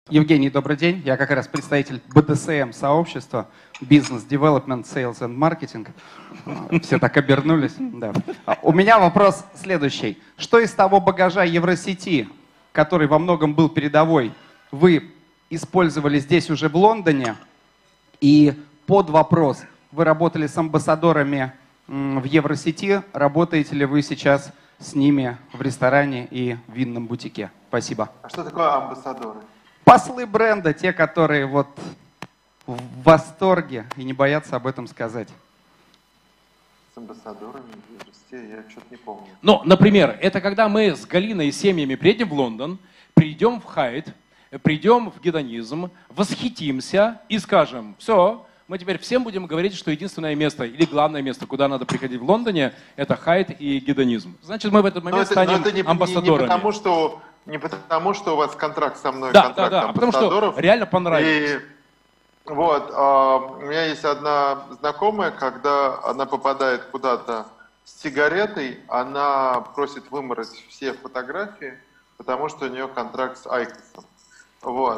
Евгений, добрый день. Я как раз представитель БДСМ сообщества, Business Development, Sales and Marketing. Все так обернулись. Да. У меня вопрос следующий. Что из того багажа Евросети, который во многом был передовой, вы использовали здесь уже в Лондоне? И под вопрос, вы работали с амбассадорами в Евросети, работаете ли вы сейчас с ними в ресторане и винном бутике? Спасибо. А что такое амбассадоры? Послы бренда, те, которые вот в восторге и не боятся об этом сказать. С амбассадорами в Евросети я что-то не помню. Ну, например, это когда мы с Галиной и семьями приедем в Лондон, придем в Хайд, придем в гедонизм, восхитимся и скажем: все, мы теперь всем будем говорить, что единственное место или главное место, куда надо приходить в Лондоне, это Хайд и гедонизм. Значит, мы в этот момент станем амбассадорами. Не потому, что у вас контракт со мной, да, контракт да, амбассадоров. Потому что реально понравилось. И вот, у меня есть одна знакомая, когда она попадает куда-то с сигаретой, она просит вымороть все фотографии, потому что у нее контракт с Айкосом. Вот.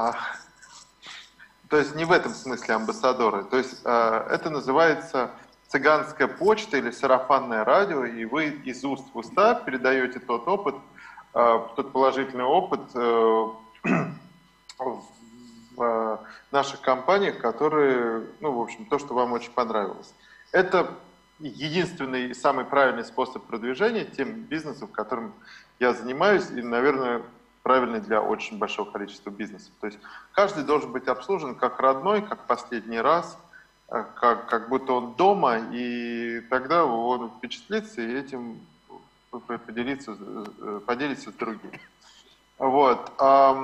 То есть не в этом смысле амбассадоры. То есть это называется цыганская почта или сарафанное радио, и вы из уст в уста передаете тот опыт, тот положительный опыт в наших компаниях, которые, ну, в общем, то, что вам очень понравилось. Это единственный и самый правильный способ продвижения тем бизнесом, которым я занимаюсь, и, наверное, правильный для очень большого количества бизнесов. То есть каждый должен быть обслужен как родной, как последний раз, как будто он дома, и тогда он впечатлится и этим поделиться с другими. Вот.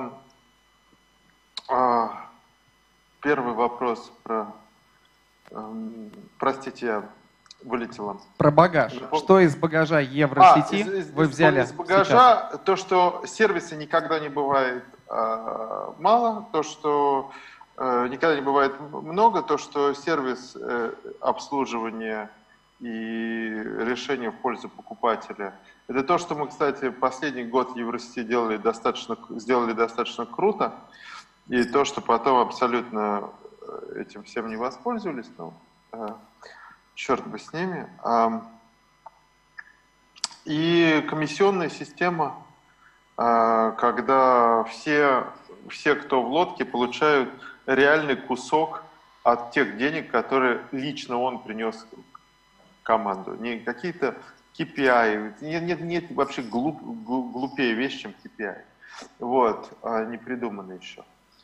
Первый вопрос про... Простите, я вылетела. Про багаж. Что из багажа Евросети вы взяли из багажа сейчас? То, что сервиса никогда не бывает мало, то, что никогда не бывает много, то, что сервис обслуживания и решение в пользу покупателя. Это то, что мы, кстати, последний год в Евросети сделали достаточно круто, и то, что потом абсолютно этим всем не воспользовались, ну, черт бы с ними. И комиссионная система, когда все, кто в лодке, получают реальный кусок от тех денег, которые лично он принес в команду. Не какие-то KPI. Нет вообще глупее вещь, чем KPI. Вот, не придумано еще.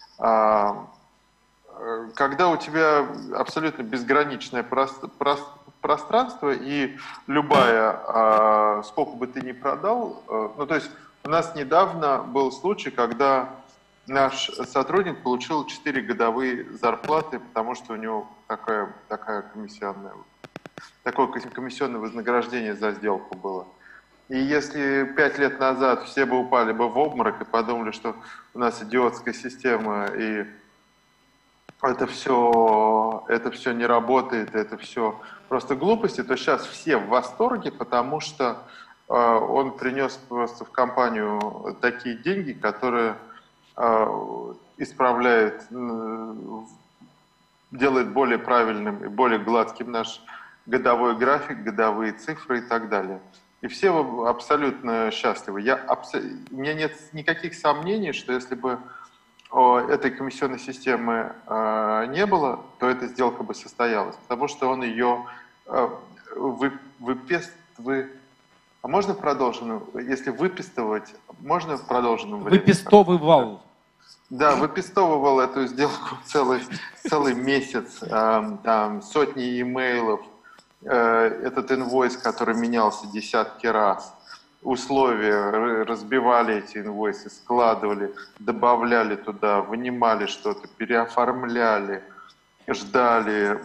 Когда у тебя абсолютно безграничное пространство, и любая, сколько бы ты ни продал, ну то есть у нас недавно был случай, когда наш сотрудник получил 4 годовые зарплаты, потому что у него такое комиссионное вознаграждение за сделку было. И если 5 лет назад все бы упали бы в обморок и подумали, что у нас идиотская система, и это все не работает, это все просто глупости, то сейчас все в восторге, потому что он принес просто в компанию такие деньги, которые исправляют, делает более правильным и более гладким наш годовой график, годовые цифры и так далее. И все абсолютно счастливы. У меня нет никаких сомнений, что если бы этой комиссионной системы не было, то эта сделка бы состоялась, потому что он ее А можно продолженную? Если выпистывать, можно в продолженном времени? Выпистовывал. Да, выпистовывал эту сделку целый месяц, там сотни имейлов, этот инвойс, который менялся десятки раз, условия, разбивали эти инвойсы, складывали, добавляли туда, вынимали что-то, переоформляли, ждали,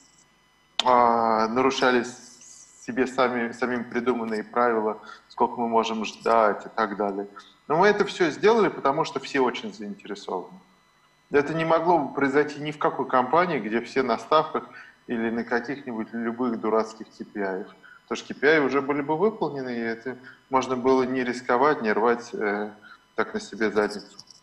нарушали себе самим придуманные правила, сколько мы можем ждать и так далее. Но мы это все сделали, потому что все очень заинтересованы. Это не могло бы произойти ни в какой компании, где все на ставках или на каких-нибудь любых дурацких KPI. Потому что KPI уже были бы выполнены, и это можно было не рисковать, не рвать так на себе задницу.